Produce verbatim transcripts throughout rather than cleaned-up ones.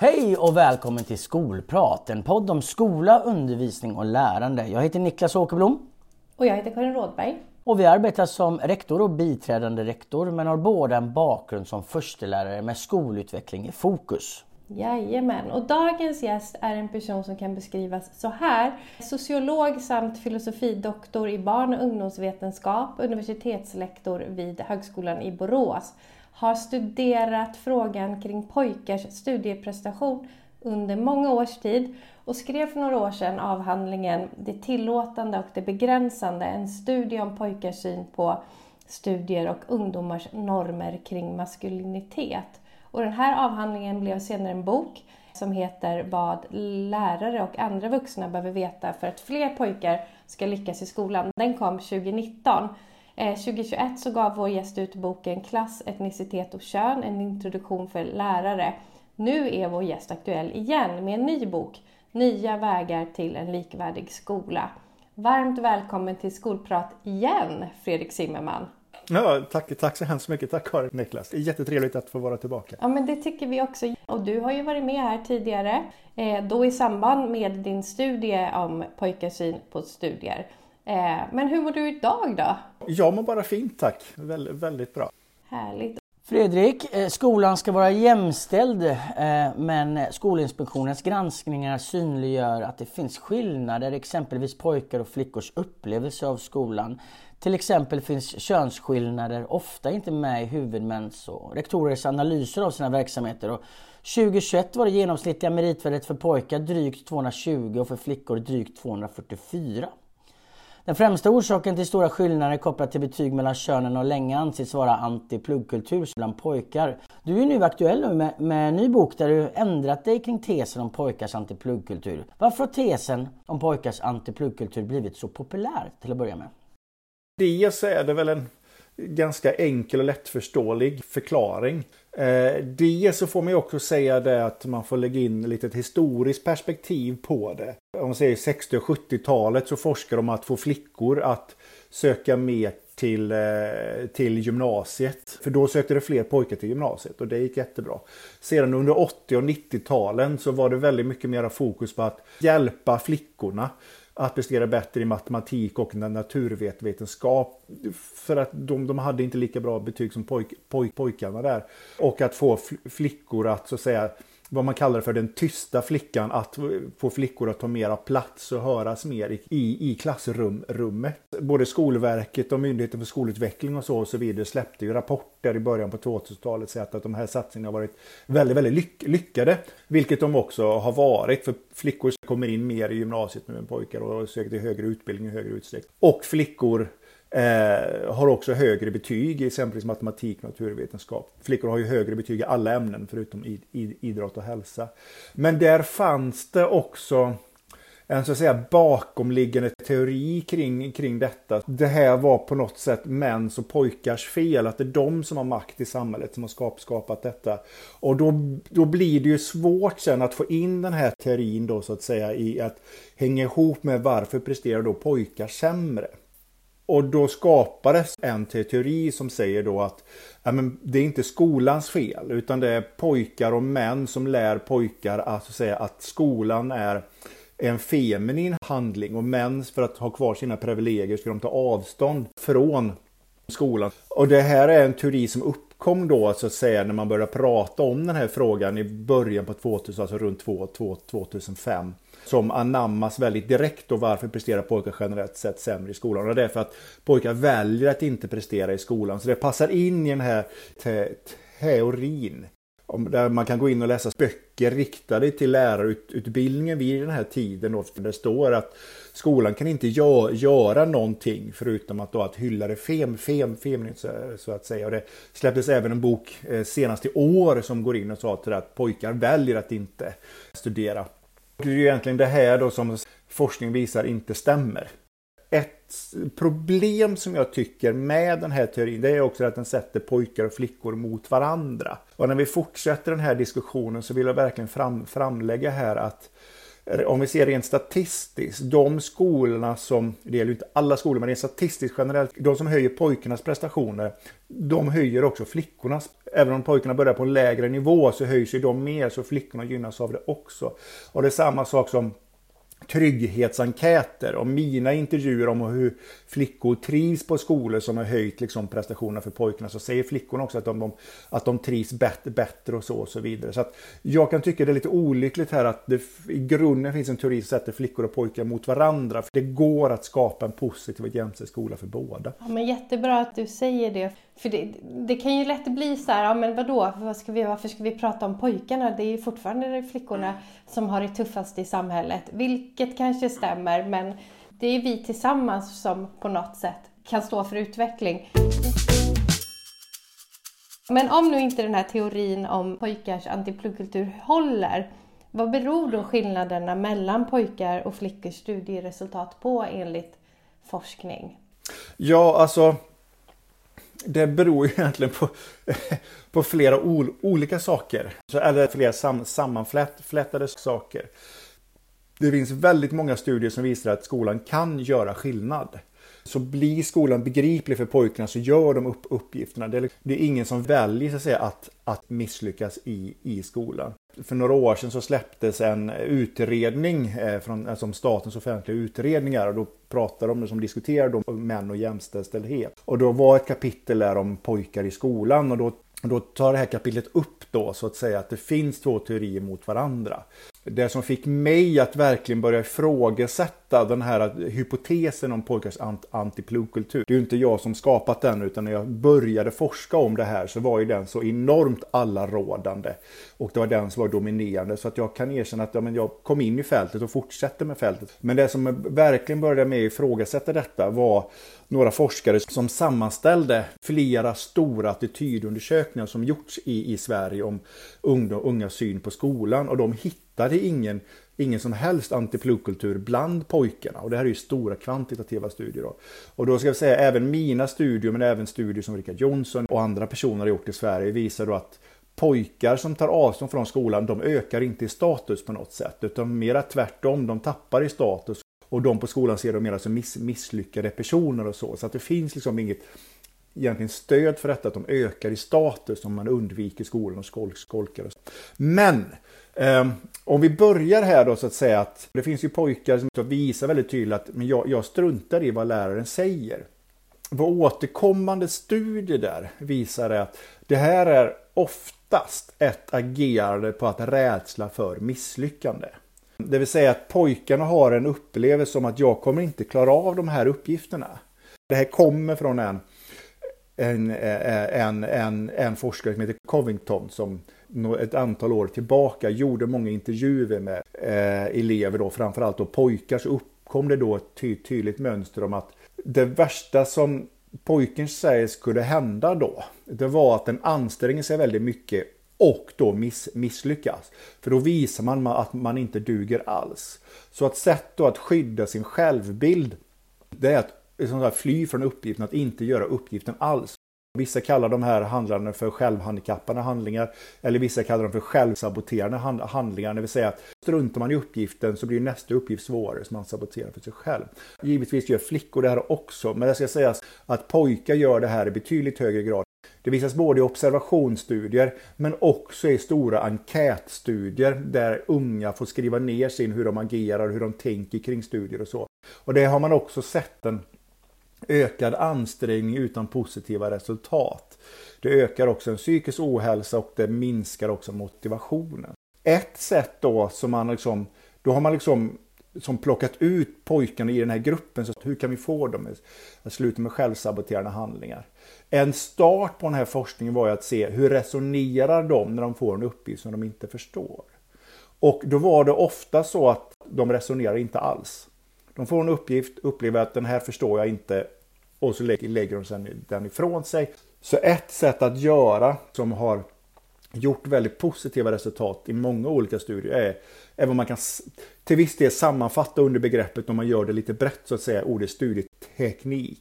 Hej och välkommen till Skolprat, en podd om skola, undervisning och lärande. Jag heter Niklas Åkerblom. Och jag heter Karin Rådberg. Och vi arbetar som rektor och biträdande rektor, men har båda en bakgrund som förstelärare med skolutveckling i fokus. Jajamän, och dagens gäst är en person som kan beskrivas så här. Sociolog samt filosofidoktor i barn- och ungdomsvetenskap, universitetslektor vid Högskolan i Borås. Har studerat frågan kring pojkars studieprestation under många års tid och skrev för några år sedan avhandlingen Det tillåtande och det begränsande, en studie om pojkars syn på studier och ungdomars normer kring maskulinitet. Och den här avhandlingen blev senare en bok som heter Vad lärare och andra vuxna behöver veta för att fler pojkar ska lyckas i skolan. Den kom tjugonitton. Eh, tjugohundratjugoett så gav vår gäst ut boken Klass, etnicitet och kön, en introduktion för lärare. Nu är vår gäst aktuell igen med en ny bok, Nya vägar till en likvärdig skola. Varmt välkommen till Skolprat igen, Fredrik Zimmerman. Ja, tack, tack så hemskt mycket. Tack Karin, Niklas. Det är jättetrevligt att få vara tillbaka. Ja, men det tycker vi också. Och du har ju varit med här tidigare, eh, då i samband med din studie om pojkars syn på studier. Eh, men hur mår du idag då? Jag mår bara fint, tack. Vä- väldigt bra. Härligt. Fredrik, skolan ska vara jämställd, men Skolinspektionens granskningar synliggör att det finns skillnader, exempelvis pojkar och flickors upplevelse av skolan. Till exempel finns könsskillnader ofta inte med i huvudmäns och rektorers analyser av sina verksamheter. Och tjugohundratjugoett var det genomsnittliga meritvärdet för pojkar drygt tvåhundratjugo och för flickor drygt tvåhundrafyrtiofyra. Den främsta orsaken till stora skillnader kopplat till betyg mellan könen har länge ansetts vara anti-pluggkultur bland pojkar. Du är nu aktuell med, med en ny bok där du ändrat dig kring tesen om pojkars anti-pluggkultur. Varför har tesen om pojkars anti-pluggkultur blivit så populär till att börja med? Dels är det väl en ganska enkel och lättförståelig förklaring. Eh, dels så får man ju också säga det att man får lägga in lite ett historiskt perspektiv på det. Om man säger sextio- och sjuttiotalet så forskar de att få flickor att söka mer till, eh, till gymnasiet. För då sökte det fler pojkar till gymnasiet och det gick jättebra. Sedan under åttio- och nittio-talen så var det väldigt mycket mer fokus på att hjälpa flickorna att prestera bättre i matematik och naturvetenskap. För att de, de hade inte lika bra betyg som pojk, pojk, pojkarna där. Och att få flickor att, så att säga, vad man kallar för den tysta flickan, att få flickor att ta mera plats och höras mer i, i, i klassrummet. Både Skolverket och Myndigheten för skolutveckling och så och så vidare släppte ju rapporter i början på tvåtusentalet så att de här satsningarna har varit väldigt, väldigt lyck, lyckade. Vilket de också har varit, för flickor kommer in mer i gymnasiet nu än pojkar och söker till högre utbildning i högre utsträckning. Och flickor Eh, har också högre betyg i exempelvis matematik och naturvetenskap. Flickor har ju högre betyg i alla ämnen förutom i, i, idrott och hälsa. Men där fanns det också en så att säga bakomliggande teori kring, kring detta. Det här var på något sätt mäns och pojkars fel. Att det är de som har makt i samhället som har skap, skapat detta. Och då, då blir det ju svårt sen att få in den här teorin då så att säga i att hänga ihop med varför presterar då pojkar sämre. Och då skapades en teori som säger då att ja, men det är inte skolans fel utan det är pojkar och män som lär pojkar att, så att säga, att skolan är en feminin handling och män för att ha kvar sina privilegier ska de ta avstånd från skolan. Och det här är en teori som uppkom då så att säga när man började prata om den här frågan i början på tvåtusen, alltså runt tvåtusenfem. Som anammas väldigt direkt och varför presterar pojkar generellt sett sämre i skolan. Och det är för att pojkar väljer att inte prestera i skolan. Så det passar in i den här te- teorin. Där man kan gå in och läsa böcker riktade till lärarutbildningen vid den här tiden. Då, där det står att skolan kan inte gö- göra någonting förutom att, då, att hylla det fem, fem, feminint så, så att säga. Och det släpptes även en bok eh, senast i år som går in och sa till att pojkar väljer att inte studera. Det är ju egentligen det här då som forskning visar inte stämmer. Ett problem som jag tycker med den här teorin det är också att den sätter pojkar och flickor mot varandra. Och när vi fortsätter den här diskussionen så vill jag verkligen fram, framlägga här att om vi ser rent statistiskt, de skolorna som, det gäller ju inte alla skolor men rent statistiskt generellt, de som höjer pojkarnas prestationer, de höjer också flickornas. Även om pojkarna börjar på en lägre nivå så höjs ju de mer, så flickorna gynnas av det också. Och det är samma sak som trygghetsenkäter och mina intervjuer om hur flickor trivs på skolor som har höjt liksom prestationerna för pojkarna, så säger flickorna också att de, att de trivs bättre, bättre och så och så vidare. Så att jag kan tycka det är lite olyckligt här att det i grunden finns en teori som sätter flickor och pojkar mot varandra. För det går att skapa en positiv och jämställd skola för båda. Ja, men jättebra att du säger det. För det, det kan ju lätt bli så här, ja men vadå, vad ska vi, varför ska vi prata om pojkarna? Det är ju fortfarande flickorna som har det tuffast i samhället. Vilket kanske stämmer, men det är vi tillsammans som på något sätt kan stå för utveckling. Men om nu inte den här teorin om pojkars antipluggkultur håller, vad beror då skillnaderna mellan pojkar och flickors studieresultat på enligt forskning? Ja, alltså det beror ju egentligen på, på flera ol, olika saker. Eller flera sam, sammanflätade saker. Det finns väldigt många studier som visar att skolan kan göra skillnad. Så blir skolan begriplig för pojkarna så gör de upp uppgifterna. Det är, det är ingen som väljer så att, säga, att, att misslyckas i, i skolan. För några år sedan så släpptes en utredning eh, från alltså, statens offentliga utredningar, och då pratade de som diskuterade om män och jämställdhet. Och då var ett kapitel där om pojkar i skolan, och då, då tar det här kapitlet upp då så att säga att det finns två teorier mot varandra. Det som fick mig att verkligen börja ifrågasätta den här hypotesen om pojkars antipluggkultur. Det är ju inte jag som skapat den, utan när jag började forska om det här så var ju den så enormt allarådande. Och det var den som var dominerande, så att jag kan erkänna att ja, men jag kom in i fältet och fortsätter med fältet. Men det som verkligen började med att ifrågasätta detta var några forskare som sammanställde flera stora attitydundersökningar som gjorts i, i Sverige om unga, unga syn på skolan, och de hittade ingen, ingen som helst antipluggkultur bland pojkarna. Och det här är ju stora kvantitativa studier då. Och då ska jag säga även mina studier, men även studier som Richard Jonsson och andra personer har gjort i Sverige, visar då att pojkar som tar avstånd från skolan, de ökar inte i status på något sätt, utan mera tvärtom, de tappar i status. Och de på skolan ser de mer som miss, misslyckade personer och så. Så att det finns liksom inget egentligen stöd för detta, att de ökar i status om man undviker skolan och skolk, skolkar. Och så. Men eh, om vi börjar här då så att säga, att det finns ju pojkar som visar väldigt tydligt att men jag, jag struntar i vad läraren säger. Vad återkommande studier där visar är att det här är oftast ett agerande på att rädsla för misslyckande. Det vill säga att pojkarna har en upplevelse om att jag kommer inte klara av de här uppgifterna. Det här kommer från en, en, en, en, en forskare som heter Covington som ett antal år tillbaka gjorde många intervjuer med eh, elever, då, framförallt då pojkar, så uppkom det då ett ty- tydligt mönster om att det värsta som pojken säger skulle hända då, det var att den anstränger sig väldigt mycket och då miss, misslyckas. För då visar man att man inte duger alls. Så ett sätt då att skydda sin självbild, det är att liksom, fly från uppgiften, att inte göra uppgiften alls. Vissa kallar de här handlarna för självhandikappande handlingar, eller vissa kallar dem för självsaboterande handlingar. Det vill säga att struntar man i uppgiften så blir nästa uppgift svårare, så man saboterar för sig själv. Givetvis gör flickor det här också, men det ska sägas att pojkar gör det här i betydligt högre grad. Det visas både i observationsstudier men också i stora enkätstudier där unga får skriva ner sin hur de agerar, hur de tänker kring studier och så. Och det har man också sett en ökad ansträngning utan positiva resultat. Det ökar också en psykisk ohälsa och det minskar också motivationen. Ett sätt då som man liksom, då har man liksom som plockat ut pojkarna i den här gruppen, så hur kan vi få dem att sluta med självsaboterande handlingar? En start på den här forskningen var ju att se hur resonerar de när de får en uppgift som de inte förstår. Och då var det ofta så att de resonerar inte alls. De får en uppgift, upplever att den här förstår jag inte, och så lägger, lägger de sen den ifrån sig. Så ett sätt att göra som har gjort väldigt positiva resultat i många olika studier är, är vad man kan till viss del sammanfatta under begreppet, om man gör det lite brett så att säga, ordet studieteknik.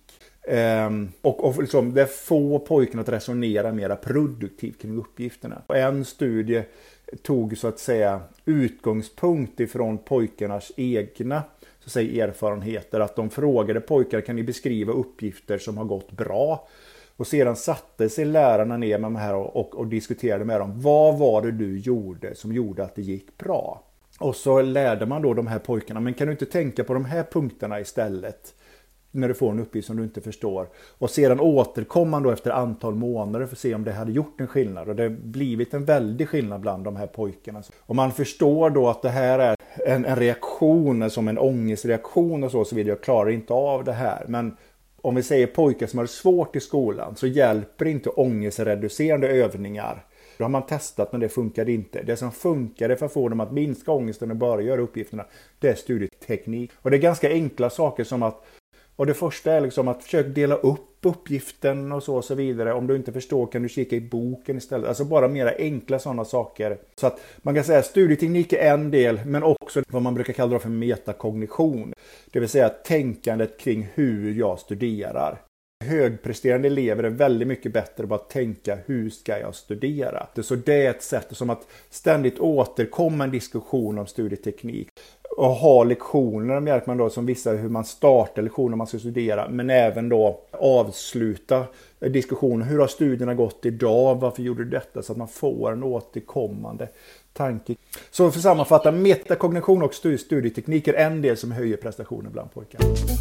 Um, och och liksom, det får pojkarna att resonera mer produktivt kring uppgifterna. Och en studie tog så att säga utgångspunkt ifrån pojkarnas egna så att säga, erfarenheter. Att de frågade pojkar, kan ni beskriva uppgifter som har gått bra? Och sedan satte sig lärarna ner med de här och, och, och diskuterade med dem. Vad var det du gjorde som gjorde att det gick bra? Och så lärde man då de här pojkarna, men kan du inte tänka på de här punkterna istället? När du får en uppgift som du inte förstår. Och sedan återkom man då efter antal månader för att se om det hade gjort en skillnad. Och det har blivit en väldig skillnad bland de här pojkarna. Och man förstår då att det här är en, en reaktion som en ångestreaktion och så. Så vill jag klarar inte av det här. Men om vi säger pojkar som har det svårt i skolan så hjälper inte ångestreducerande övningar. Då har man testat men det funkade inte. Det som funkade för att få dem att minska ångesten och bara göra uppgifterna, det är studieteknik. Och det är ganska enkla saker som att och det första är liksom att försöka dela upp uppgiften och så och så vidare. Om du inte förstår kan du kika i boken istället. Alltså bara mera enkla sådana saker. Så att man kan säga att studieteknik är en del, men också vad man brukar kalla för metakognition. Det vill säga tänkandet kring hur jag studerar. Högpresterande elever är väldigt mycket bättre på att tänka hur ska jag studera. Så det är ett sätt som att ständigt återkomma en diskussion om studieteknik. Och ha lektioner märker man då som visar hur man startar lektioner man ska studera. Men även då avsluta diskussionen. Hur har studierna gått idag? Varför gjorde du detta? Så att man får en återkommande tanke. Så för att sammanfatta, metakognition och studieteknik är en del som höjer prestationen bland pojkar.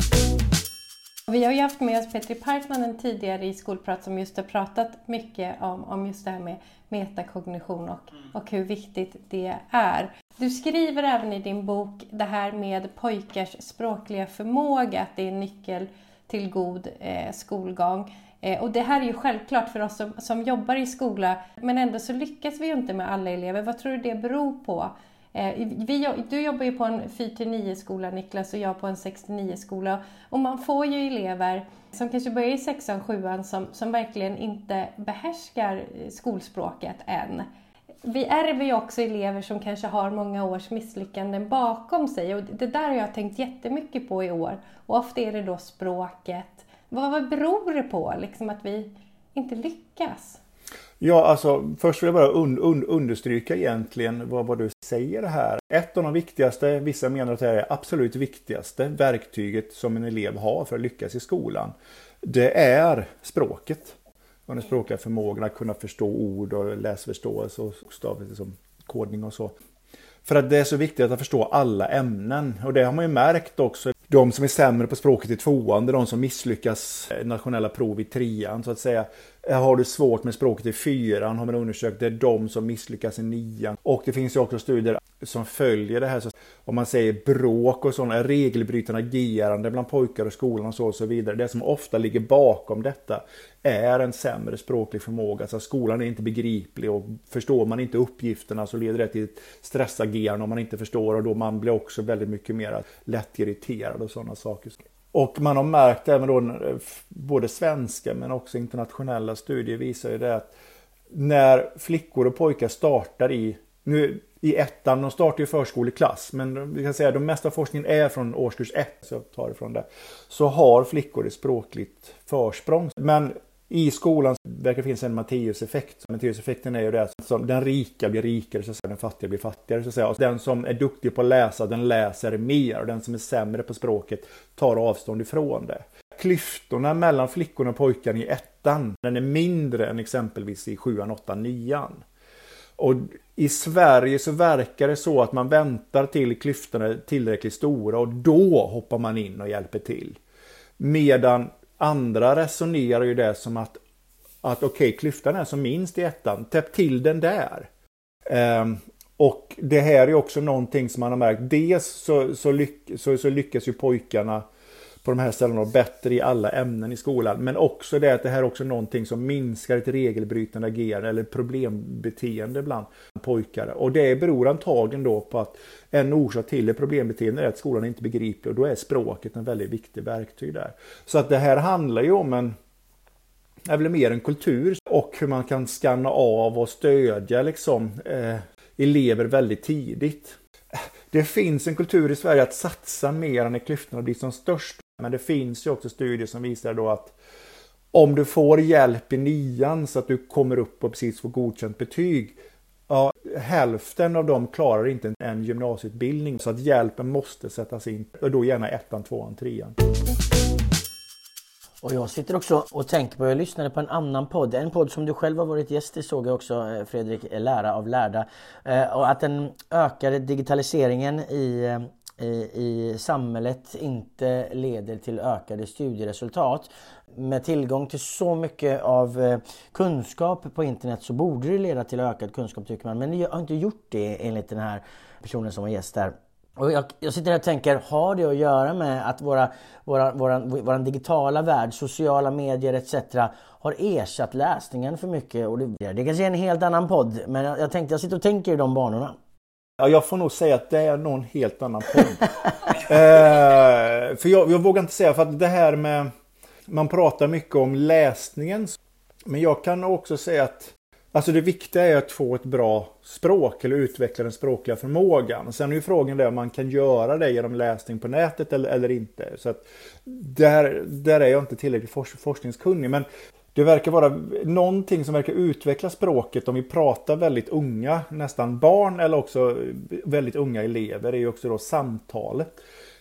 Vi har ju haft med oss Petri Parkmanen tidigare i Skolprat som just har pratat mycket om, om just det här med metakognition och, och hur viktigt det är. Du skriver även i din bok det här med pojkars språkliga förmåga, att det är en nyckel till god eh, skolgång. Eh, och det här är ju självklart för oss som, som jobbar i skola, men ändå så lyckas vi ju inte med alla elever. Vad tror du det beror på? Eh, vi, du jobbar ju på en fyra till nio skola, Niklas, och jag på en sex till nio skola. Och man får ju elever som kanske börjar i sexan, sjuan som, som verkligen inte behärskar skolspråket än. Vi ärver ju också elever som kanske har många års misslyckanden bakom sig. Och det där har jag tänkt jättemycket på i år. Och ofta är det då språket. Vad, vad beror det på liksom, att vi inte lyckas? Ja, alltså först vill jag bara un- un- understryka egentligen vad, vad du säger här. Ett av de viktigaste, vissa menar att det är det absolut viktigaste verktyget som en elev har för att lyckas i skolan. Det är språket. Och den språkliga förmågan att kunna förstå ord och läsförståelse och stavligt som kodning och så. För att det är så viktigt att förstå alla ämnen. Och det har man ju märkt också. De som är sämre på språket i tvåan, det är de som misslyckas nationella prov i trean så att säga. Har du svårt med språket i fyran har man undersökt, det är de som misslyckas i nian. Och det finns ju också studier som följer det här. Så om man säger bråk och sådana regelbrytande agerande bland pojkar och skolan och så och så vidare. Det som ofta ligger bakom detta är en sämre språklig förmåga. Så skolan är inte begriplig och förstår man inte uppgifterna så leder det till ett stressagerande om man inte förstår. Och då man blir också väldigt mycket mer lätt irriterad och sådana saker. Och man har märkt även då både svenska men också internationella studier visar ju det att när flickor och pojkar startar i, nu i ettan, de startar i förskoleklass men vi kan säga att de mesta forskningen är från årskurs ett så jag tar ifrån det, så har flickor ett språkligt försprång. Men i skolan verkar det finnas en Matteus-effekt. Matteus-effekten är ju det att den rika blir rikare så att säga, den fattiga blir fattigare så att säga. Och den som är duktig på att läsa, den läser mer. Och den som är sämre på språket tar avstånd ifrån det. Klyftorna mellan flickorna och pojkarna i ettan, den är mindre än exempelvis i sjuan, åttan, nian. Och i Sverige så verkar det så att man väntar till klyftorna är tillräckligt stora och då hoppar man in och hjälper till. Medan andra resonerar ju det som att, att okej, okay, klyftan är som minst i ettan, täpp till den där. Um, och det här är också någonting som man har märkt. Dels så, så, lyck, så, så lyckas ju pojkarna på de här ställena bättre i alla ämnen i skolan. Men också det att det här är också någonting som minskar ett regelbrytande agerande eller problembeteende bland pojkar. Och det beror antagligen då på att en orsak till det problembeteende är att skolan inte begriper och då är språket en väldigt viktig verktyg där. Så att det här handlar ju om en, är väl mer en kultur och hur man kan skanna av och stödja liksom, eh, elever väldigt tidigt. Det finns en kultur i Sverige att satsa mer när klyftorna blir som störst. Men det finns ju också studier som visar då att om du får hjälp i nian så att du kommer upp och precis får godkänt betyg, ja, hälften av dem klarar inte en gymnasieutbildning, så att hjälpen måste sättas in, och då gärna ettan, tvåan, trean. Och jag sitter också och tänker på, jag lyssnade på en annan podd, en podd som du själv har varit gäst i, såg jag också, Fredrik, Lära av lärda, och att den ökade digitaliseringen i, i, i samhället inte leder till ökade studieresultat. Med tillgång till så mycket av kunskap på internet så borde det leda till ökad kunskap, tycker man, men det har inte gjort det enligt den här personen som var gäst där. Och jag, jag sitter här och tänker, har det att göra med att våra, våra, våra, våra digitala värld, sociala medier et cetera har ersatt läsningen för mycket? Och det, det kanske är en helt annan podd, men jag, jag tänkte, jag sitter och tänker i de banorna. Ja, jag får nog säga att det är någon helt annan podd. eh, för jag, jag vågar inte säga, för att det här med, man pratar mycket om läsningen, men jag kan också säga att alltså det viktiga är att få ett bra språk eller utveckla den språkliga förmågan. Sen är ju frågan där om man kan göra det genom läsning på nätet eller, eller inte. Så att där, där är jag inte tillräckligt forsk- forskningskunnig. Men det verkar vara någonting som verkar utveckla språket om vi pratar väldigt unga, nästan barn eller också väldigt unga elever. Det är ju också då samtalet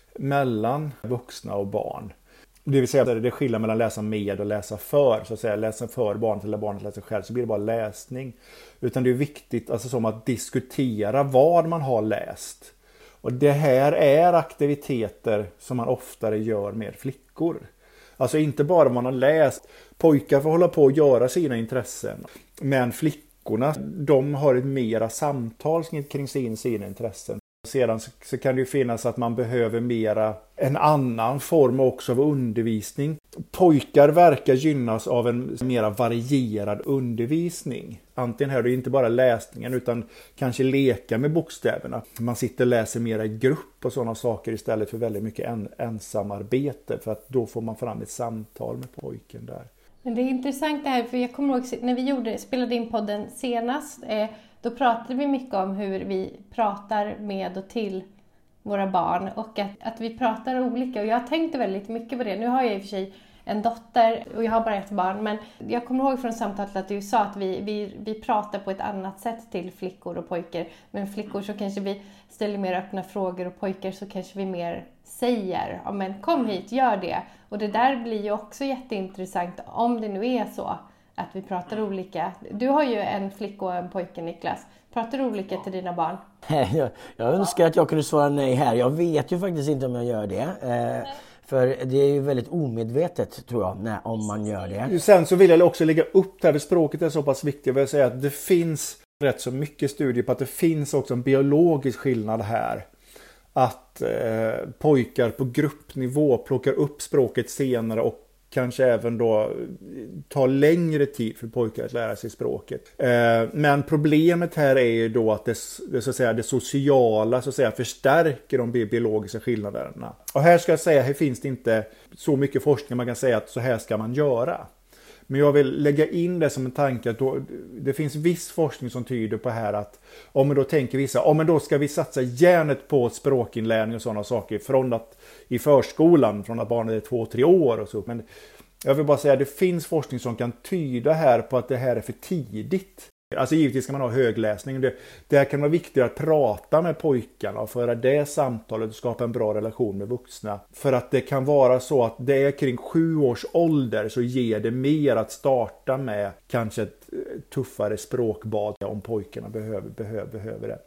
mellan vuxna och barn. Det vill säga att det är skillnad mellan läsa med och läsa för. Så att säga, läsa för barnet eller barnet läser själv, så blir det bara läsning. Utan det är viktigt, alltså som att diskutera vad man har läst. Och det här är aktiviteter som man oftare gör med flickor. Alltså inte bara vad man har läst. Pojkar får hålla på att göra sina intressen. Men flickorna, de har ett mera samtal kring sin, sina intressen. Sedan så, så kan det ju finnas att man behöver mera en annan form också av undervisning. Pojkar verkar gynnas av en mera varierad undervisning. Antingen här är det inte bara läsningen utan kanske leka med bokstäverna. Man sitter och läser mera i grupp och sådana saker istället för väldigt mycket en, ensamarbete. För att då får man fram ett samtal med pojken där. Men det är intressant det här, för jag kommer ihåg när vi gjorde, spelade in podden senast, eh, då pratade vi mycket om hur vi pratar med och till våra barn och att, att vi pratar olika. Och jag tänkte väldigt mycket på det. Nu har jag i och för sig en dotter och jag har bara ett barn, men jag kommer ihåg från samtalet att du sa att vi, vi, vi pratar på ett annat sätt till flickor och pojkar. Men flickor så kanske vi ställer mer öppna frågor och pojkar så kanske vi mer säger, ja men kom hit, gör det. Och det där blir ju också jätteintressant om det nu är så att vi pratar olika. Du har ju en flicka och en pojke, Niklas. Pratar du olika till dina barn? Jag, jag önskar att jag kunde svara nej här. Jag vet ju faktiskt inte om jag gör det. Eh, för det är ju väldigt omedvetet, tror jag, när, om man gör det. Sen så vill jag också lägga upp det här, för språket är så pass viktigt. Jag vill säga att det finns rätt så mycket studier på att det finns också en biologisk skillnad här. Att eh, pojkar på gruppnivå plockar upp språket senare och kanske även då tar längre tid för pojkar att lära sig språket. Eh, men problemet här är ju då att det, det, så att säga, det sociala så att säga, förstärker de biologiska skillnaderna. Och här ska jag säga, här finns det inte så mycket forskning man kan säga att så här ska man göra. Men jag vill lägga in det som en tanke att då, det finns viss forskning som tyder på här att om man då tänker vissa, om man då ska vi satsa järnet på språkinlärning och sådana saker från att i förskolan, från att barnet är två, tre år och så. Men jag vill bara säga att det finns forskning som kan tyda här på att det här är för tidigt. Alltså givetvis ska man ha högläsning. Det, det här kan vara viktigt att prata med pojkarna och föra det samtalet och skapa en bra relation med vuxna. För att det kan vara så att det är kring sju års ålder så ger det mer att starta med kanske ett tuffare språkbad om pojkarna behöver, behöver, behöver det.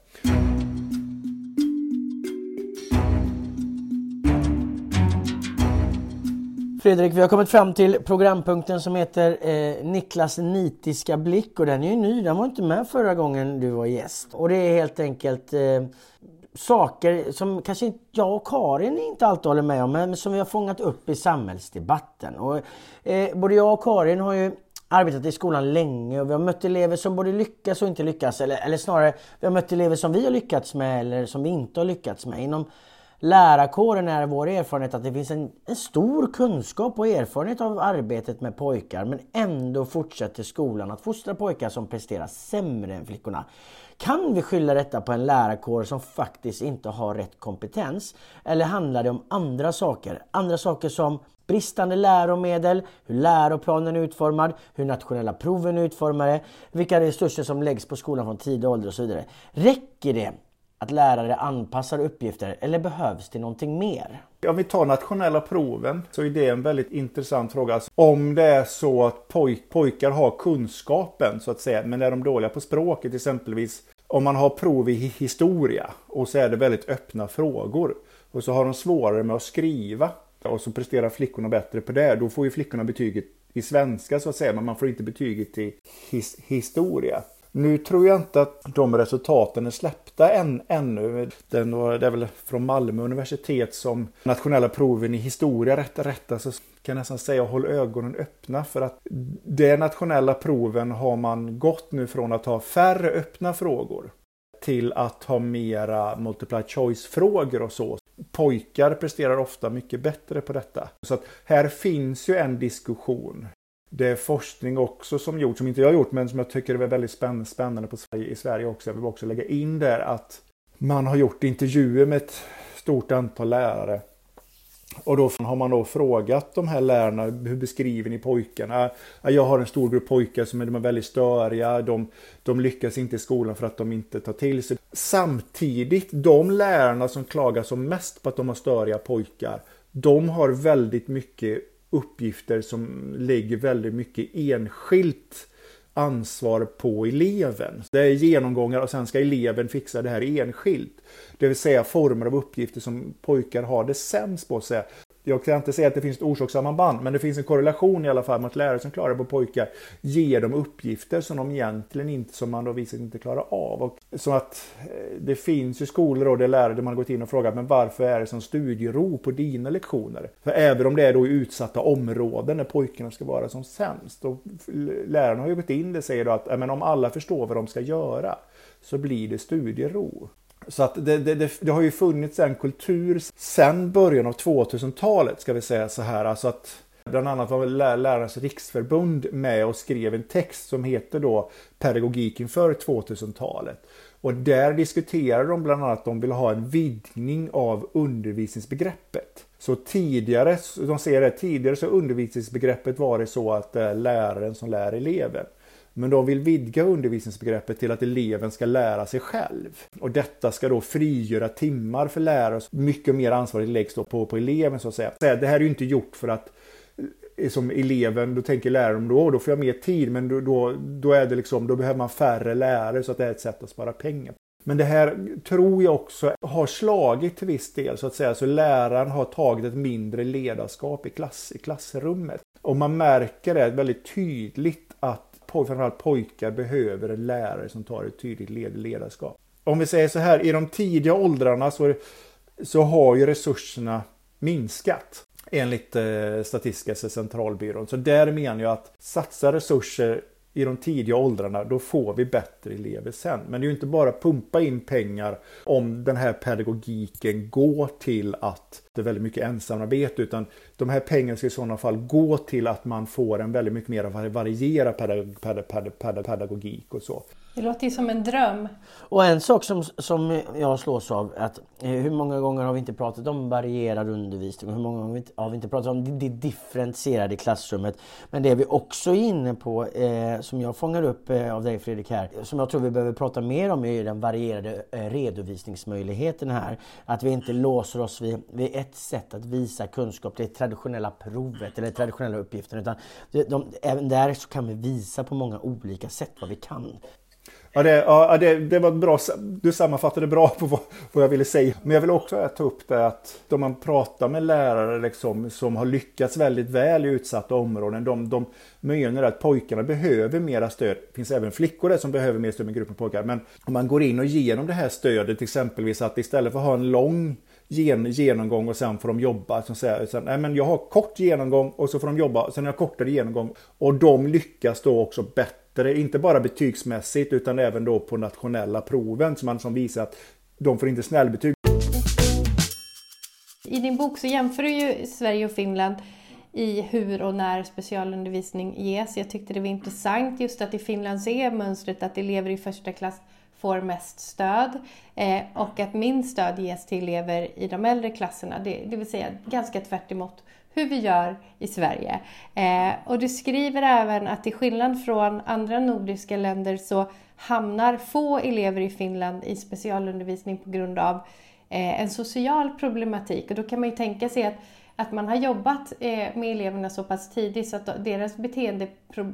Fredrik, vi har kommit fram till programpunkten som heter eh, Niklas nitiska blick, och den är ju ny, den var inte med förra gången du var gäst. Och det är helt enkelt eh, saker som kanske jag och Karin inte alltid håller med om, men som vi har fångat upp i samhällsdebatten. Och, eh, både jag och Karin har ju arbetat i skolan länge och vi har mött elever som både lyckas och inte lyckas, eller, eller snarare vi har mött elever som vi har lyckats med eller som vi inte har lyckats med. Inom Lärarkåren är vår erfarenhet att det finns en, en stor kunskap och erfarenhet av arbetet med pojkar, men ändå fortsätter skolan att fostra pojkar som presterar sämre än flickorna. Kan vi skylla detta på en lärarkår som faktiskt inte har rätt kompetens? Eller handlar det om andra saker? Andra saker som bristande läromedel, hur läroplanen är utformad, hur nationella proven är utformade, vilka resurser som läggs på skolan från tidig ålder och så vidare. Räcker det att lärare anpassar uppgifter eller behövs det någonting mer? Om vi tar nationella proven så är det en väldigt intressant fråga. Alltså, om det är så att poj- pojkar har kunskapen så att säga, men är de dåliga på språket exempelvis. Om man har prov i historia och så är det väldigt öppna frågor och så har de svårare med att skriva och så presterar flickorna bättre på det. Då får ju flickorna betyget i svenska så att säga, men man får inte betyget i his- historia. Nu tror jag inte att de resultaten är släppta än, ännu. Det är väl från Malmö universitet som nationella proven i historia rätta rätta så kan jag nästan säga håll ögonen öppna, för att de nationella proven har man gått nu från att ha färre öppna frågor till att ha mera multiple choice-frågor och så. Pojkar presterar ofta mycket bättre på detta. Så att här finns ju en diskussion. Det är forskning också som gjort, som inte jag har gjort, men som jag tycker är väldigt spännande på Sverige, i Sverige också. Jag vill också lägga in där att man har gjort intervjuer med ett stort antal lärare. Och då har man då frågat de här lärarna, hur beskriver ni pojkarna? Jag har en stor grupp pojkar som är, de är väldigt störiga, de, de lyckas inte i skolan för att de inte tar till sig. Samtidigt, de lärarna som klagar som mest på att de har störiga pojkar, de har väldigt mycket uppgifter som lägger väldigt mycket enskilt ansvar på eleven. Det är genomgångar och sen ska eleven fixa det här enskilt. Det vill säga former av uppgifter som pojkar har det sämst på sig. Jag kan inte säga att det finns ett orsakssamband, men det finns en korrelation i alla fall med att lärare som klarar på pojkar ger dem uppgifter som de egentligen inte, som man då visar inte klarar av. Och så att det finns ju skolor och det lärare där man har gått in och frågat, men varför är det som studiero på dina lektioner? För även om det är då i utsatta områden där pojkarna ska vara som sämst. Och lärarna har ju gått in och säger då att men om alla förstår vad de ska göra så blir det studiero. Så att det, det, det, det har ju funnits en kultur sedan början av tvåtusentalet, ska vi säga så här. Alltså att bland annat var Lärarnas riksförbund med och skrev en text som heter då Pedagogik inför tvåtusentalet. Och där diskuterar de bland annat att de vill ha en vidgning av undervisningsbegreppet. Så tidigare, de säger det, tidigare så undervisningsbegreppet var det så att det är läraren som lär eleven. Men de vill vidga undervisningsbegreppet till att eleven ska lära sig själv. Och detta ska då frigöra timmar för lärare. Mycket mer ansvar läggs då på, på eleven så att säga. Det här är ju inte gjort för att som eleven, då tänker läraren då, då får jag mer tid. Men då, då, då, är det liksom, då behöver man färre lärare så att det är ett sätt att spara pengar. Men det här tror jag också har slagit till viss del så att säga. Så läraren har tagit ett mindre ledarskap i, klass, i klassrummet. Och man märker det väldigt tydligt att framförallt pojkar behöver en lärare som tar ett tydligt led- ledarskap. Om vi säger så här, i de tidiga åldrarna så, så har ju resurserna minskat enligt eh, Statistiska centralbyrån. Så där menar jag att satsa resurser i de tidiga åldrarna, då får vi bättre elever sen. Men det är ju inte bara pumpa in pengar om den här pedagogiken går till att det är väldigt mycket ensamarbete, utan de här pengarna ska i sådana fall gå till att man får en väldigt mycket mer varierad pedag- pedag- pedag- pedagogik och så. Det låter ju som en dröm. Och en sak som, som jag slås av är att eh, hur många gånger har vi inte pratat om varierad undervisning och hur många gånger har vi inte, har vi inte pratat om det, det differentierade i klassrummet. Men det är vi också inne på, eh, som jag fångar upp eh, av dig Fredrik här, som jag tror vi behöver prata mer om, är den varierade eh, redovisningsmöjligheten här. Att vi inte låser oss vid, vid ett sätt att visa kunskap, det traditionella provet eller traditionella uppgiften, utan de, de, även där så kan vi visa på många olika sätt vad vi kan. Ja, det, ja det, det var bra. Du sammanfattade bra på vad, vad jag ville säga. Men jag vill också ta upp det att då man pratar med lärare liksom, som har lyckats väldigt väl i utsatta områden. De, de menar att pojkarna behöver mera stöd. Det finns även flickor där som behöver mer stöd med gruppen pojkar. Men om man går in och ger dem det här stödet, exempelvis att istället för att ha en lång gen, genomgång och sen får de jobba. Som säger, sen, nej, men jag har kort genomgång och så får de jobba. Sen har jag kortare genomgång. Och de lyckas då också bättre. Inte bara betygsmässigt utan även då på nationella proven som man som visar att de får inte snällbetyg. I din bok så jämför du ju Sverige och Finland i hur och när specialundervisning ges. Jag tyckte det var intressant just att i Finland så är mönstret att elever i första klass får mest stöd eh, och att minst stöd ges till elever i de äldre klasserna. Det, det vill säga ganska tvärt emot hur vi gör i Sverige. Eh, och du skriver även att till skillnad från andra nordiska länder så hamnar få elever i Finland i specialundervisning på grund av eh, en social problematik. Och då kan man ju tänka sig att Att man har jobbat med eleverna så pass tidigt så att deras beteende,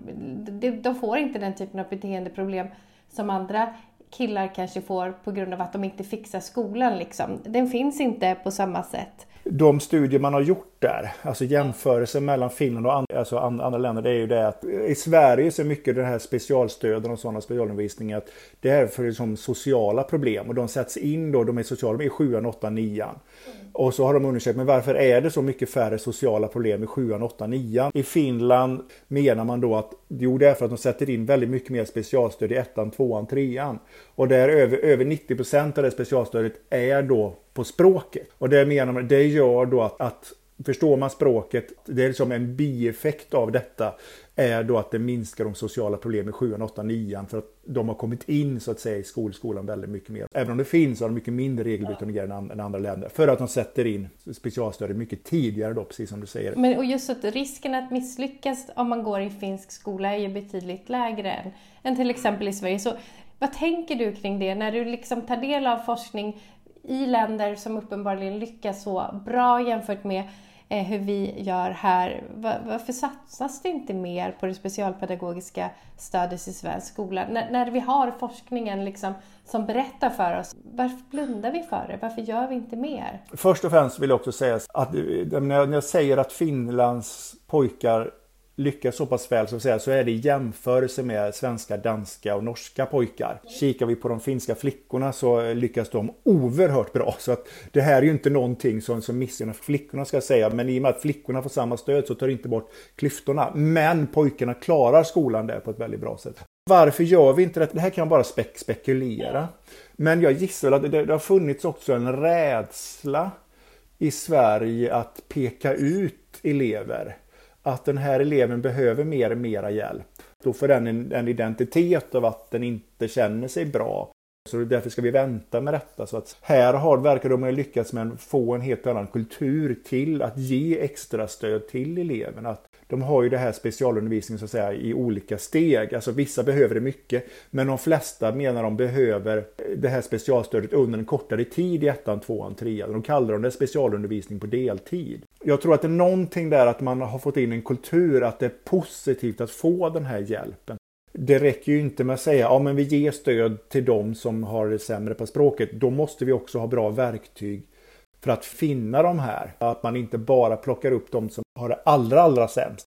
de får inte den typen av beteendeproblem som andra killar kanske får på grund av att de inte fixar skolan. Liksom. Den finns inte på samma sätt. De studier man har gjort där, alltså jämförelsen mellan Finland och andra, alltså andra länder, det är ju det att i Sverige så är mycket den här specialstöden och sådana specialundervisningar att det är för liksom sociala problem och de sätts in då, de är sociala, de är i sjuan, åttan, nian. Och så har de undersökt, men varför är det så mycket färre sociala problem i sjuan, åttan, nian? I Finland menar man då att jo, det är för att de sätter in väldigt mycket mer specialstöd i ettan, tvåan, trean. Och där över, över nittio procent av det specialstödet är då på språket. Och det menar man, det gör då att, att förstår man språket, det är liksom en bieffekt av detta är då att det minskar de sociala problemen i sjuan, åttan, nian för att de har kommit in så att säga i skolskolan väldigt mycket mer. Även om det finns så har de mycket mindre regelbrytande än, än andra länder för att de sätter in specialstöd mycket tidigare då, precis som du säger. Men och just att risken att misslyckas om man går i finsk skola är ju betydligt lägre än, än till exempel i Sverige. Så vad tänker du kring det när du liksom tar del av forskning i länder som uppenbarligen lyckas så bra jämfört med eh, hur vi gör här? Var, varför satsas det inte mer på det specialpedagogiska stödet i svensk skola? N- när vi har forskningen liksom, som berättar för oss, varför blundar vi för det? Varför gör vi inte mer? Först och främst vill jag också säga att när jag säger att Finlands pojkar lyckas så pass väl så, att säga, så är det i jämförelse med svenska, danska och norska pojkar. Kikar vi på de finska flickorna så lyckas de oerhört bra. Så att det här är ju inte någonting som, som missgynnar flickorna ska jag säga. Men i och med att flickorna får samma stöd så tar det inte bort klyftorna. Men pojkarna klarar skolan där på ett väldigt bra sätt. Varför gör vi inte det? Det här kan man bara spek- spekulera. Men jag gissar att det, det har funnits också en rädsla i Sverige att peka ut elever. Att den här eleven behöver mer och mera hjälp. Då får den en, en identitet av att den inte känner sig bra. Så därför ska vi vänta med detta. Så att här har, verkar de ha lyckats med att få en helt annan kultur till att ge extra stöd till eleverna. Att de har ju det här specialundervisningen så att säga i olika steg. Alltså vissa behöver det mycket. Men de flesta menar de behöver det här specialstödet under en kortare tid i ettan, tvåan, trean. De kallar det specialundervisning på deltid. Jag tror att det är någonting där att man har fått in en kultur att det är positivt att få den här hjälpen. Det räcker ju inte med att säga ja men vi ger stöd till dem som har det sämre på språket. Då måste vi också ha bra verktyg för att finna de här. Att man inte bara plockar upp dem som har det allra allra sämst.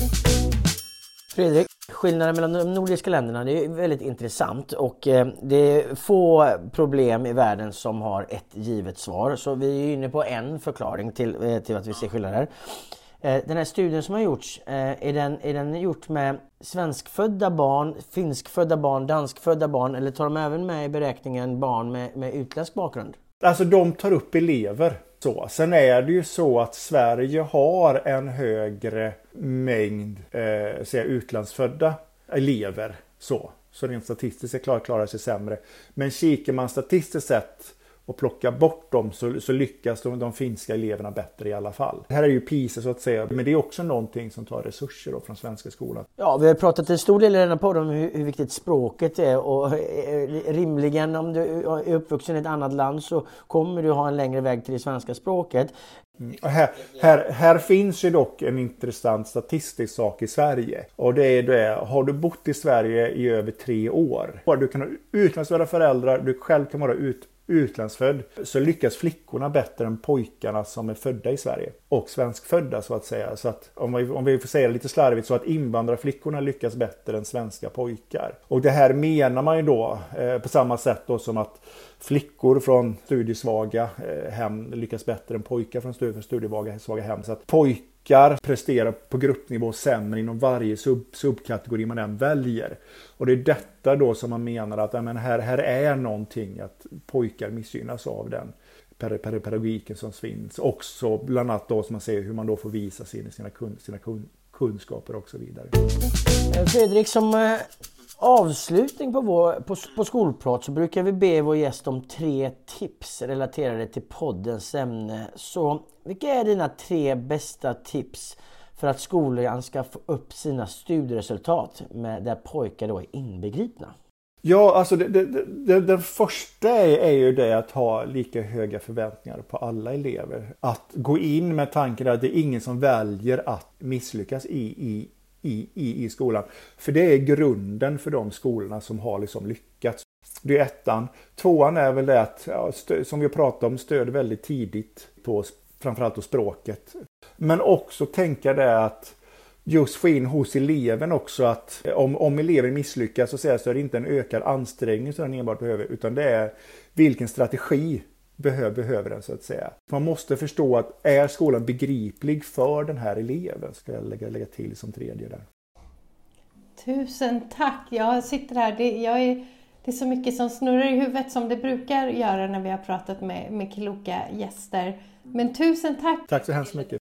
Fredrik, skillnaden mellan de nordiska länderna det är väldigt intressant och eh, det är få problem i världen som har ett givet svar. Så vi är inne på en förklaring till, eh, till att vi ser skillnader. Eh, den här studien som har gjorts, eh, är, den, är den gjort med svenskfödda barn, finskfödda barn, danskfödda barn eller tar de även med i beräkningen barn med, med utländsk bakgrund? Alltså de tar upp elever. Så. Sen är det ju så att Sverige har en högre mängd eh, säga, utlandsfödda elever. Så, så rent statistiskt klarar, klarar sig sämre. Men kikar man statistiskt sett och plockar bort dem så, så lyckas de, de finska eleverna bättre i alla fall. Det här är ju PISA så att säga. Men det är också någonting som tar resurser då från svenska skolan. Ja, vi har pratat en stor del i den här podden om hur, hur viktigt språket är. Och rimligen om du är uppvuxen i ett annat land så kommer du ha en längre väg till det svenska språket. Mm. Här, här, här finns ju dock en intressant statistisk sak i Sverige. Och det är det, har du bott i Sverige i över tre år. Du kan ha utlandsfödda föräldrar, du själv kan vara ut, utlandsfödd. Så lyckas flickorna bättre än pojkarna som är födda i Sverige. Och svenskfödda så att säga. Så att om vi, om vi får säga det lite slarvigt så att invandrarflickorna lyckas bättre än svenska pojkar. Och det här menar man ju då eh, på samma sätt då som att flickor från studiesvaga eh, hem lyckas bättre än pojkar från studiesvaga hem. Så att pojkar presterar på gruppnivå sämre inom varje sub, subkategori man än väljer. Och det är detta då som man menar att ja, men här, här är någonting att pojkar missgynnas av den pedagogiken som finns. Också bland annat då som man ser hur man då får visa sina, sina, kun, sina kun, kunskaper och så vidare. Fredrik, som avslutning på, vår, på, på skolprat så brukar vi be vår gäst om tre tips relaterade till poddens ämne. Så vilka är dina tre bästa tips för att skolan ska få upp sina studieresultat med där pojkar då är inbegripna? Ja, alltså det, det, det, den första är, är ju det att ha lika höga förväntningar på alla elever. Att gå in med tanken att det är ingen som väljer att misslyckas i, i, i, i, i skolan. För det är grunden för de skolorna som har liksom lyckats. Det är ettan. Tvåan är väl det att, ja, stö, som vi pratat om, stöd väldigt tidigt på framförallt på språket. Men också tänka det att just få in hos eleven också att om, om eleven misslyckas så, säga, så är det inte en ökad ansträngning som den enbart behöver, utan det är vilken strategi behöver, behöver den så att säga. Man måste förstå att är skolan begriplig för den här eleven, ska jag lägga, lägga till som tredje där. Tusen tack, jag sitter här, det, jag är, det är så mycket som snurrar i huvudet som det brukar göra när vi har pratat med, med kloka gäster. Men tusen tack! Tack så hemskt mycket!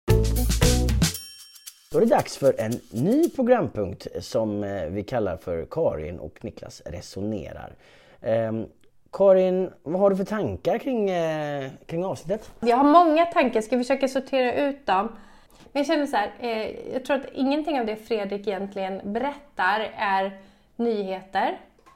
Då är det dags för en ny programpunkt som vi kallar för Karin och Niklas resonerar. Eh, Karin, vad har du för tankar kring, eh, kring avsnittet? Jag har många tankar, ska vi försöka sortera ut dem. Men jag känner så här, eh, jag tror att ingenting av det Fredrik egentligen berättar är nyheter.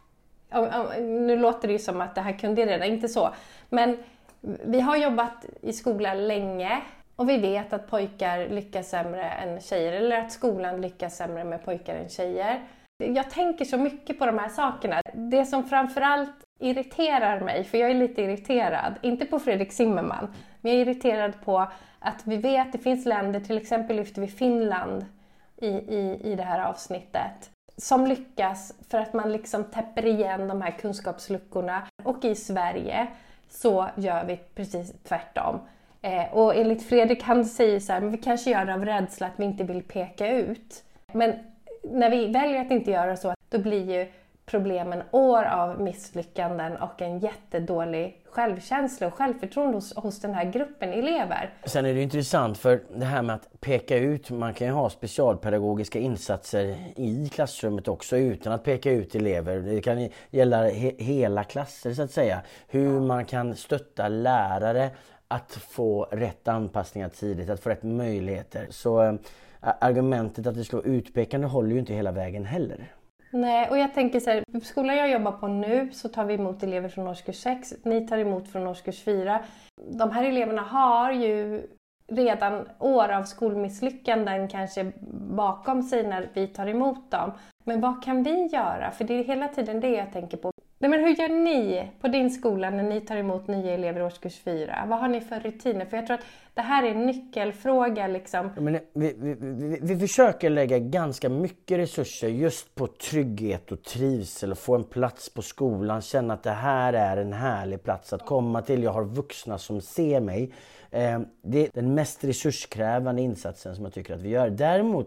Om, om, nu låter det ju som att det här kunde redan, inte så. Men vi har jobbat i skolan länge. Och vi vet att pojkar lyckas sämre än tjejer, eller att skolan lyckas sämre med pojkar än tjejer. Jag tänker så mycket på de här sakerna. Det som framförallt irriterar mig, för jag är lite irriterad, inte på Fredrik Zimmerman, men jag är irriterad på att vi vet att det finns länder, till exempel lyfter vi Finland i, i, i det här avsnittet, som lyckas för att man liksom täpper igen de här kunskapsluckorna. Och i Sverige så gör vi precis tvärtom. Eh, och enligt Fredrik, han säger så här, men vi kanske gör det av rädsla att vi inte vill peka ut. Men när vi väljer att inte göra så, då blir ju problemen år av misslyckanden och en jättedålig självkänsla och självförtroende hos, hos den här gruppen elever. Sen är det intressant för det här med att peka ut, man kan ju ha specialpedagogiska insatser i klassrummet också utan att peka ut elever. Det kan gälla he- hela klasser så att säga. Hur man kan stötta lärare att få rätt anpassningar tidigt, att få rätt möjligheter. Så äh, argumentet att det ska vara utpekande håller ju inte hela vägen heller. Nej, och jag tänker så här, på skolan jag jobbar på nu så tar vi emot elever från årskurs sex, ni tar emot från årskurs fyra. De här eleverna har ju redan år av skolmisslyckanden kanske bakom sig när vi tar emot dem. Men vad kan vi göra? För det är hela tiden det jag tänker på. Nej, men hur gör ni på din skola när ni tar emot nya elever i årskurs fyra? Vad har ni för rutiner? För jag tror att det här är en nyckelfråga. Liksom. Ja, men vi, vi, vi, vi försöker lägga ganska mycket resurser just på trygghet och trivsel. Och få en plats på skolan. Känna att det här är en härlig plats att komma till. Jag har vuxna som ser mig. Eh, det är den mest resurskrävande insatsen som jag tycker att vi gör. Däremot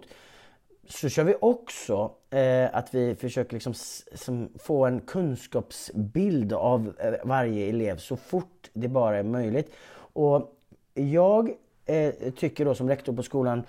så kör vi också eh, att vi försöker liksom s- som få en kunskapsbild av eh, varje elev så fort det bara är möjligt. Och jag eh, tycker då som rektor på skolan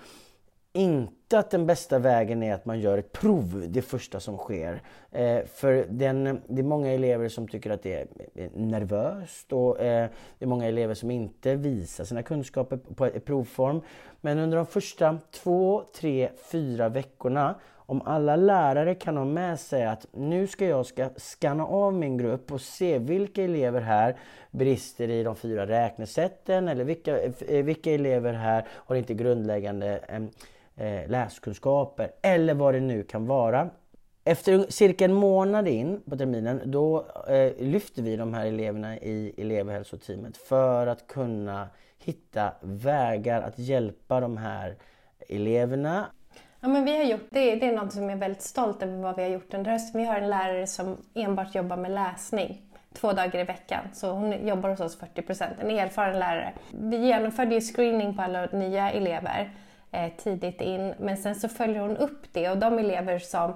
inte att den bästa vägen är att man gör ett prov, det första som sker. Eh, för den, det är många elever som tycker att det är nervöst och eh, det är många elever som inte visar sina kunskaper på ett provform. Men under de första två, tre, fyra veckorna, om alla lärare kan ha med sig att nu ska jag ska skanna av min grupp och se vilka elever här brister i de fyra räknesätten eller vilka, vilka elever här har inte grundläggande eh, läskunskaper eller vad det nu kan vara. Efter cirka en månad in på terminen då eh, lyfter vi de här eleverna i elevhälsoteamet för att kunna hitta vägar att hjälpa de här eleverna. Ja, men vi har gjort, det, det är något som jag är väldigt stolt över vad vi har gjort under hösten. Vi har en lärare som enbart jobbar med läsning två dagar i veckan. Så hon jobbar hos oss fyrtio procent, en erfaren lärare. Vi genomförde ju screening på alla nya elever eh, tidigt in. Men sen så följer hon upp det och de elever som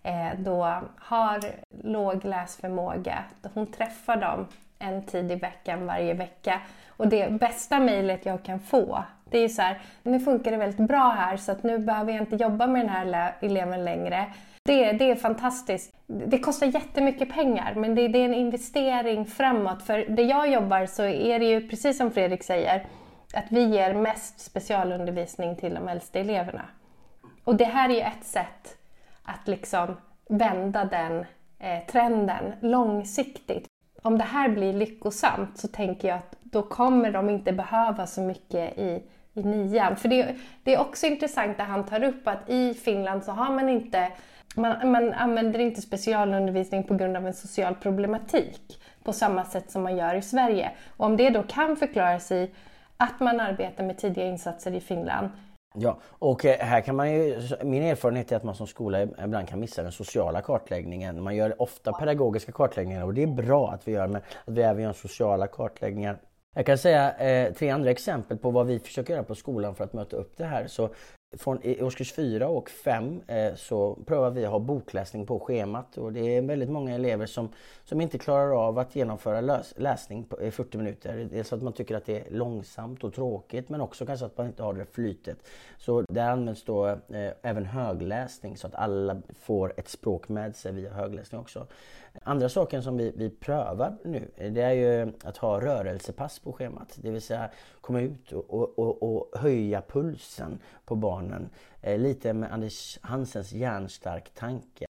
eh, då har låg läsförmåga. Hon träffar dem en tid i veckan varje vecka. Och det bästa mejlet jag kan få, det är så här, nu funkar det väldigt bra här så att nu behöver jag inte jobba med den här eleven längre. Det, det är fantastiskt. Det kostar jättemycket pengar, men det, det är en investering framåt. För där jag jobbar så är det ju precis som Fredrik säger, att vi ger mest specialundervisning till de äldsta eleverna. Och det här är ju ett sätt att liksom vända den eh, trenden långsiktigt. Om det här blir lyckosamt så tänker jag att då kommer de inte behöva så mycket i, i nian. För det, det är också intressant att han tar upp att i Finland så har man inte, man, man använder inte specialundervisning på grund av en social problematik på samma sätt som man gör i Sverige. Och om det då kan förklaras i att man arbetar med tidiga insatser i Finland. Ja, och här kan man ju, min erfarenhet är att man som skola ibland kan missa den sociala kartläggningen. Man gör ofta pedagogiska kartläggningar och det är bra att vi gör, men att vi även gör sociala kartläggningar. Jag kan säga eh, tre andra exempel på vad vi försöker göra på skolan för att möta upp det här. Så från i årskurs fyra och fem eh, så prövar vi att ha bokläsning på schemat. Och det är väldigt många elever som, som inte klarar av att genomföra lös, läsning på, i fyrtio minuter. Dels att man tycker att det är långsamt och tråkigt, men också kanske att man inte har det flytet. Så där används då eh, även högläsning så att alla får ett språk med sig via högläsning också. Andra saken som vi, vi prövar nu, det är ju att ha rörelsepass på schemat. Det vill säga komma ut och, och, och höja pulsen på barnen. Eh, lite med Anders Hansens hjärnstark tanke.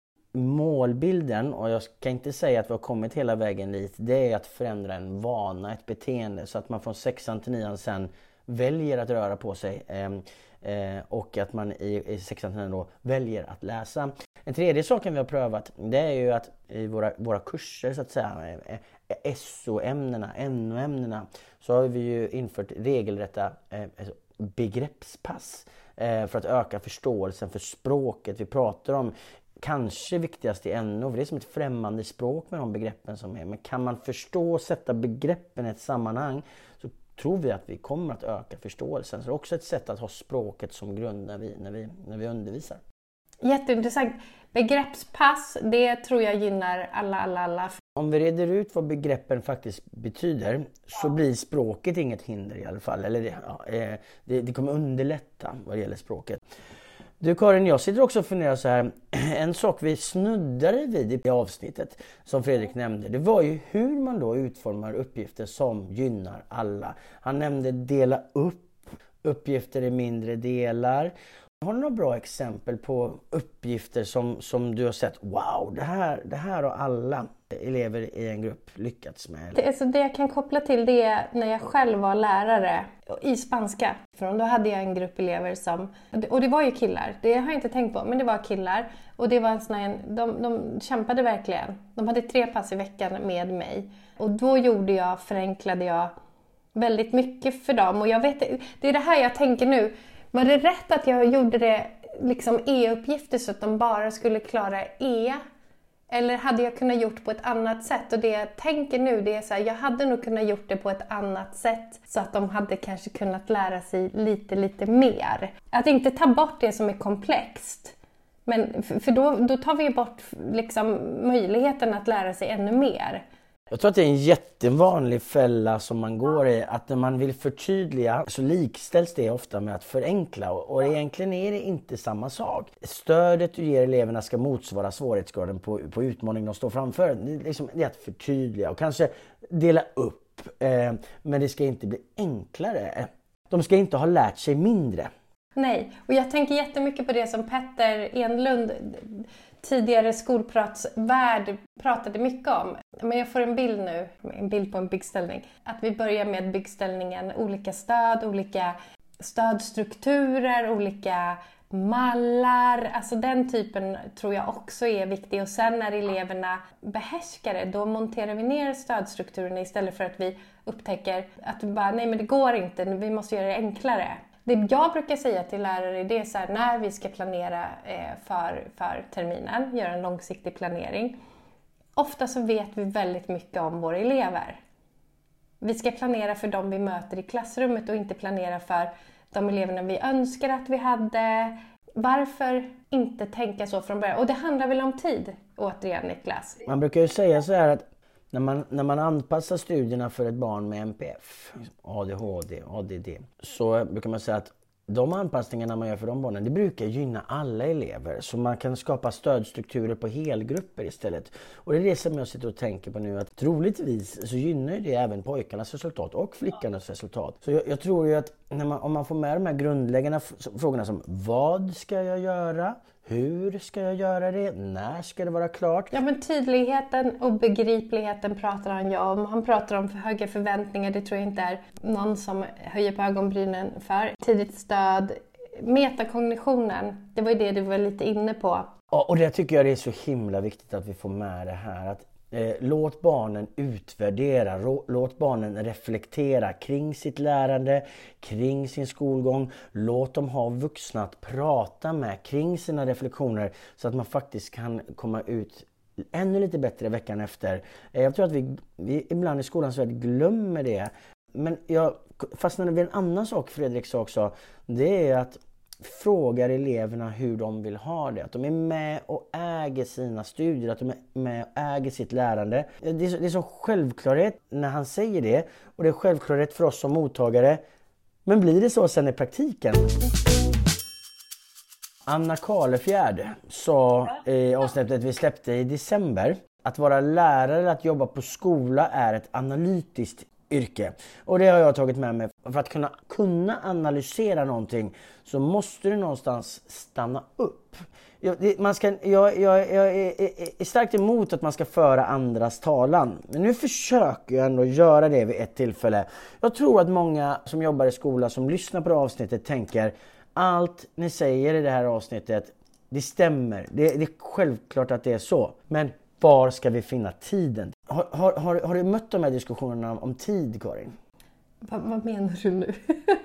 Målbilden, och jag ska inte säga att vi har kommit hela vägen dit, det är att förändra en vana, ett beteende. Så att man från sexan till nian sen väljer att röra på sig. Eh, eh, och att man i, i sexan till nian då väljer att läsa. En tredje saken vi har prövat, det är ju att i våra, våra kurser så att säga, S O-ämnena, N O-ämnena, så har vi ju infört regelrätta eh, begreppspass eh, för att öka förståelsen för språket vi pratar om. Kanske viktigast i N O, för det är som ett främmande språk med de begreppen som är. Men kan man förstå och sätta begreppen i ett sammanhang så tror vi att vi kommer att öka förståelsen. Så det är också ett sätt att ha språket som grund när vi, när vi, när vi undervisar. Jätteintressant. Begreppspass, det tror jag gynnar alla, alla, alla. Om vi reder ut vad begreppen faktiskt betyder så blir språket inget hinder i alla fall. Eller det, ja, det, det kommer underlätta vad det gäller språket. Du Karin, jag sitter också och funderar så här. En sak vi snuddade vid i avsnittet som Fredrik nämnde, det var ju hur man då utformar uppgifter som gynnar alla. Han nämnde dela upp uppgifter i mindre delar. Har du några bra exempel på uppgifter som, som du har sett, wow, det här, det här har alla elever i en grupp lyckats med? Det, alltså det jag kan koppla till det är när jag själv var lärare i spanska. För då hade jag en grupp elever som, och det var ju killar, det har jag inte tänkt på, men det var killar. Och det var en sån här, de, de kämpade verkligen. De hade tre pass i veckan med mig. Och då gjorde jag, förenklade jag väldigt mycket för dem. Och jag vet, det är det här jag tänker nu. Var det rätt att jag gjorde det liksom E-uppgifter så att de bara skulle klara E? Eller hade jag kunnat gjort på ett annat sätt? Och det jag tänker nu, det är så här, jag hade nog kunnat gjort det på ett annat sätt så att de hade kanske kunnat lära sig lite, lite mer. Att inte ta bort det som är komplext. Men för då, då tar vi bort liksom möjligheten att lära sig ännu mer. Jag tror att det är en jättevanlig fälla som man går i, att när man vill förtydliga så likställs det ofta med att förenkla, och egentligen är det inte samma sak. Stödet du ger eleverna ska motsvara svårighetsgraden på, på utmaningen de står framför. Det är, liksom, det är att förtydliga och kanske dela upp, eh, men det ska inte bli enklare. De ska inte ha lärt sig mindre. Nej, och jag tänker jättemycket på det som Petter Enlund, tidigare skolpratsvärd, pratade mycket om. Men jag får en bild nu, en bild på en byggställning. Att vi börjar med byggställningen, olika stöd, olika stödstrukturer, olika mallar. Alltså den typen tror jag också är viktig. Och sen när eleverna behärskar det, då monterar vi ner stödstrukturerna istället för att vi upptäcker att vi bara, nej men det går inte, vi måste göra det enklare. Det jag brukar säga till lärare, det är så här, när vi ska planera för, för terminen, göra en långsiktig planering. Ofta så vet vi väldigt mycket om våra elever. Vi ska planera för dem vi möter i klassrummet och inte planera för de eleverna vi önskar att vi hade. Varför inte tänka så från början. Och det handlar väl om tid, återigen Niklas. Man brukar ju säga så här att när man, när man anpassar studierna för ett barn med M P F, A D H D, A D D, så brukar man säga att de anpassningarna man gör för de barnen, det brukar gynna alla elever. Så man kan skapa stödstrukturer på helgrupper istället. Och det är det som jag sitter och tänker på nu, att troligtvis så gynnar det även pojkarnas resultat och flickornas resultat. Så jag, jag tror ju att när man, om man får med de här grundläggande f- frågorna som vad ska jag göra? Hur ska jag göra det? När ska det vara klart? Ja, men tydligheten och begripligheten pratar han ju om. Han pratar om för höga förväntningar. Det tror jag inte är någon som höjer på ögonbrynen för. Tidigt stöd. Metakognitionen, det var ju det du var lite inne på. Ja, och det tycker jag det är så himla viktigt att vi får med det här. Att eh, låt barnen utvärdera, rå, låt barnen reflektera kring sitt lärande, kring sin skolgång. Låt dem ha vuxna att prata med kring sina reflektioner så att man faktiskt kan komma ut ännu lite bättre veckan efter. Eh, jag tror att vi, vi ibland i skolans värld glömmer det. Men jag fastnade vid en annan sak Fredrik sa också. Det är att frågar eleverna hur de vill ha det. Att de är med och äger sina studier. Att de är med och äger sitt lärande. Det är så, det är så självklarhet när han säger det. Och det är självklarhet för oss som mottagare. Men blir det så sen i praktiken? Anna Karlefjärd sa i avsnittet vi släppte i december. Att vara lärare eller att jobba på skola är ett analytiskt yrke. Och det har jag tagit med mig. För att kunna, kunna analysera någonting så måste du någonstans stanna upp. Jag, det, man ska, jag, jag, jag är, är, är starkt emot att man ska föra andras talan. Men nu försöker jag ändå göra det vid ett tillfälle. Jag tror att många som jobbar i skola som lyssnar på det här avsnittet tänker allt ni säger i det här avsnittet, det stämmer. Det, det är självklart att det är så. Men var ska vi finna tiden? Har, har, har, har du mött de här diskussionerna om, om tid, Karin? Vad, vad menar du nu?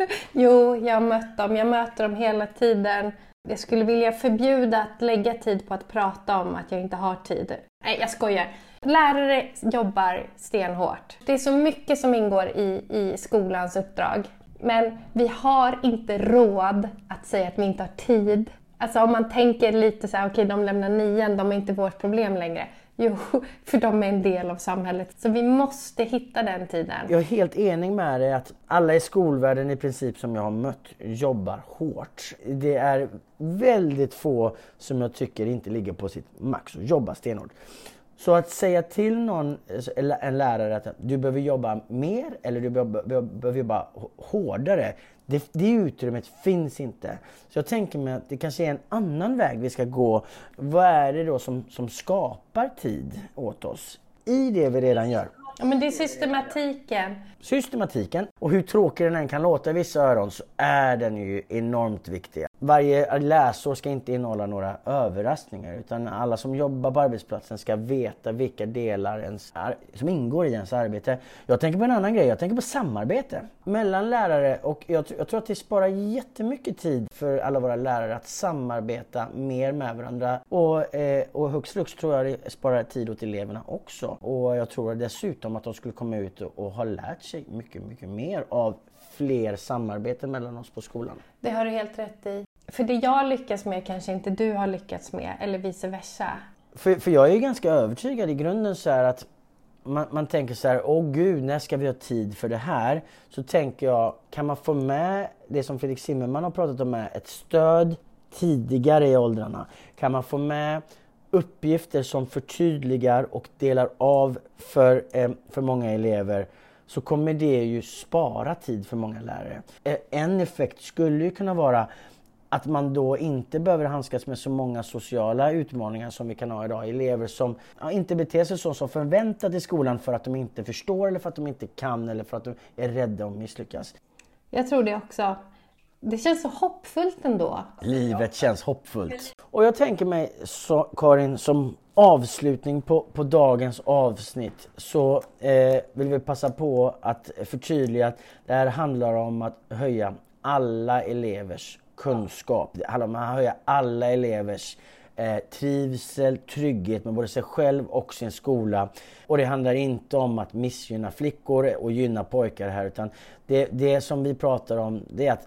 Jo, jag har mött dem. Jag möter dem hela tiden. Jag skulle vilja förbjuda att lägga tid på att prata om att jag inte har tid. Nej, jag skojar. Lärare jobbar stenhårt. Det är så mycket som ingår i, i skolans uppdrag. Men vi har inte råd att säga att vi inte har tid. Alltså om man tänker lite så här, okej, okay, de lämnar nian, de är inte vårt problem längre. Jo, för de är en del av samhället. Så vi måste hitta den tiden. Jag är helt enig med dig att alla i skolvärlden i princip som jag har mött jobbar hårt. Det är väldigt få som jag tycker inte ligger på sitt max och jobbar stenhårt. Så att säga till någon, en lärare att du behöver jobba mer eller du behöver, behöver jobba hårdare. Det, det utrymmet finns inte. Så jag tänker mig att det kanske är en annan väg vi ska gå. Vad är det då som, som skapar tid åt oss i det vi redan gör? Ja, men det är systematiken. Systematiken. Och hur tråkig den än kan låta i vissa öron så är den ju enormt viktig. Varje läsår ska inte innehålla några överraskningar utan alla som jobbar på arbetsplatsen ska veta vilka delar ens är, som ingår i ens arbete. Jag tänker på en annan grej, jag tänker på samarbete mellan lärare och jag, jag tror att det sparar jättemycket tid för alla våra lärare att samarbeta mer med varandra och, eh, och högst flux tror jag det sparar tid åt eleverna också. Och jag tror dessutom att de skulle komma ut och, och ha lärt sig mycket, mycket mer av fler samarbeten mellan oss på skolan. Det har du helt rätt i. För det jag lyckas med kanske inte du har lyckats med, eller vice versa. För, för jag är ju ganska övertygad i grunden så här att man, man tänker så här, åh gud, när ska vi ha tid för det här? Så tänker jag, kan man få med det som Fredrik Zimmerman har pratat om, med ett stöd tidigare i åldrarna? Kan man få med uppgifter som förtydligar och delar av för, eh, för många elever, så kommer det ju spara tid för många lärare. En effekt skulle ju kunna vara att man då inte behöver handskas med så många sociala utmaningar som vi kan ha idag. Elever som ja, inte beter sig så som förväntat i skolan för att de inte förstår eller för att de inte kan eller för att de är rädda att misslyckas. Jag tror det också. Det känns så hoppfullt ändå. Livet känns hoppfullt. Och jag tänker mig, så, Karin, som avslutning på, på dagens avsnitt så eh, vill vi passa på att förtydliga att det här handlar om att höja alla elevers kunskap. Det handlar om att höja alla elevers eh, trivsel, trygghet med både sig själv och sin skola. Och det handlar inte om att missgynna flickor och gynna pojkar här, utan det, det som vi pratar om det är att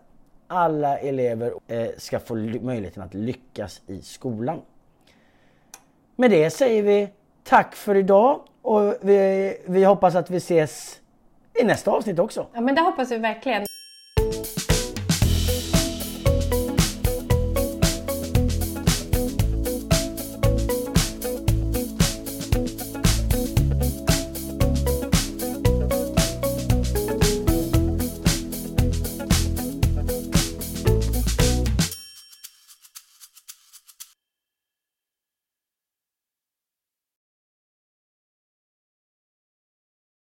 alla elever eh, ska få ly- möjligheten att lyckas i skolan. Med det säger vi tack för idag och vi, vi hoppas att vi ses i nästa avsnitt också. Ja, men det hoppas vi verkligen.